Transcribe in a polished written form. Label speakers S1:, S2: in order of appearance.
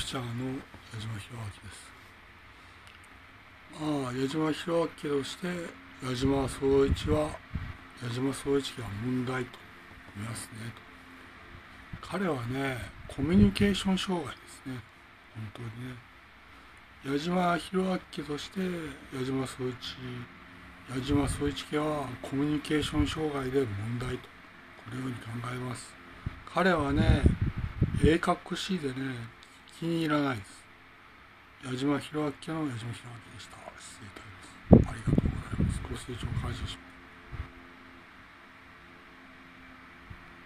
S1: チャーの矢島弘明です。矢島弘明として矢島宗一は問題と見ますねと。彼はね、コミュニケーション障害ですね。本当にね。矢島弘明として矢島宗一家はコミュニケーション障害で問題と、このように考えます。彼はね、鋭角しいでね、気に入らないです。矢島弘明の矢島弘明でした。失礼いたします。ありがとうございます。ご清聴感謝します。